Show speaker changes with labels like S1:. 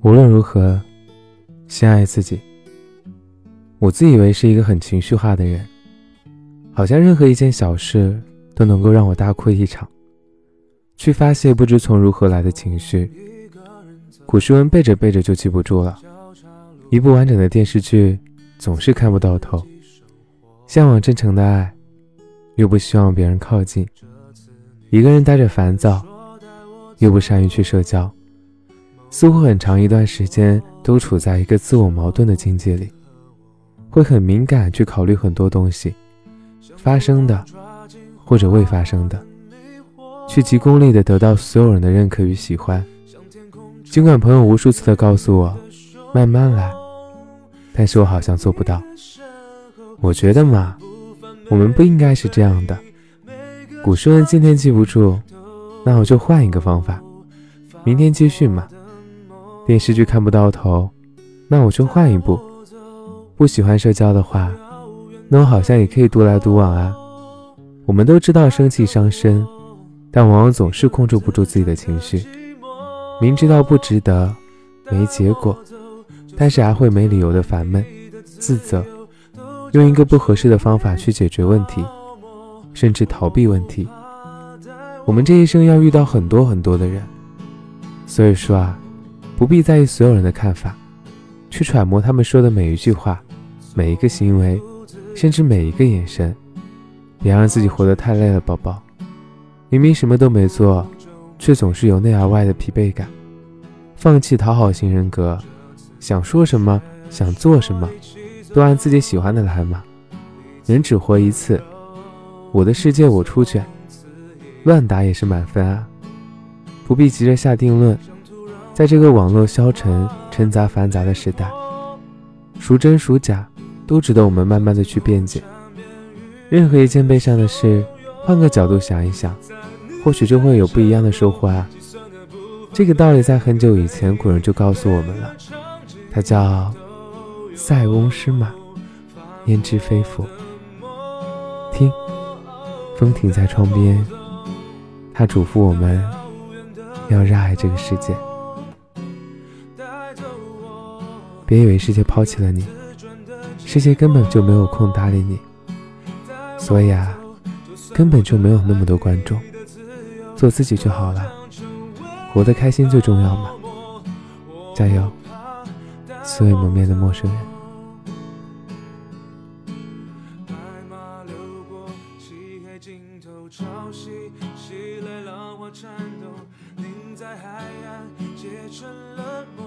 S1: 无论如何，先爱自己。我自以为是一个很情绪化的人，好像任何一件小事都能够让我大哭一场，去发泄不知从如何来的情绪。古诗文背着背着就记不住了，一部完整的电视剧总是看不到头，向往真诚的爱，又不希望别人靠近，一个人待着烦躁，又不善于去社交，似乎很长一段时间都处在一个自我矛盾的境界里，会很敏感去考虑很多东西，发生的或者未发生的，去极功利地得到所有人的认可与喜欢。尽管朋友无数次地告诉我慢慢来，但是我好像做不到。我觉得嘛，我们不应该是这样的。古诗文今天记不住，那我就换一个方法，明天继续嘛。电视剧看不到头，那我就换一部。不喜欢社交的话，那我好像也可以独来独往啊。我们都知道生气伤身，但往往总是控制不住自己的情绪，明知道不值得，没结果，但是还会没理由的烦闷、自责，用一个不合适的方法去解决问题，甚至逃避问题。我们这一生要遇到很多很多的人，所以说啊，不必在意所有人的看法，去揣摩他们说的每一句话，每一个行为，甚至每一个眼神。别让自己活得太累了，宝宝。明明什么都没做，却总是由内而外的疲惫感。放弃讨好型人格，想说什么，想做什么，都按自己喜欢的来嘛。人只活一次，我的世界我出卷，乱打也是满分啊。不必急着下定论，在这个网络消沉、沉杂繁杂的时代，孰真孰假都值得我们慢慢的去辩解。任何一件悲伤的事，换个角度想一想，或许就会有不一样的收获啊。这个道理在很久以前古人就告诉我们了，它叫塞翁失马，焉知非福。听，风停在窗边，它嘱咐我们要热爱这个世界。别以为世界抛弃了你，世界根本就没有空搭理你，所以啊，根本就没有那么多观众，做自己就好了，活得开心最重要嘛。加油，所有蒙面的陌生人。潮汐袭来浪花颤动，凝在海岸结成了梦。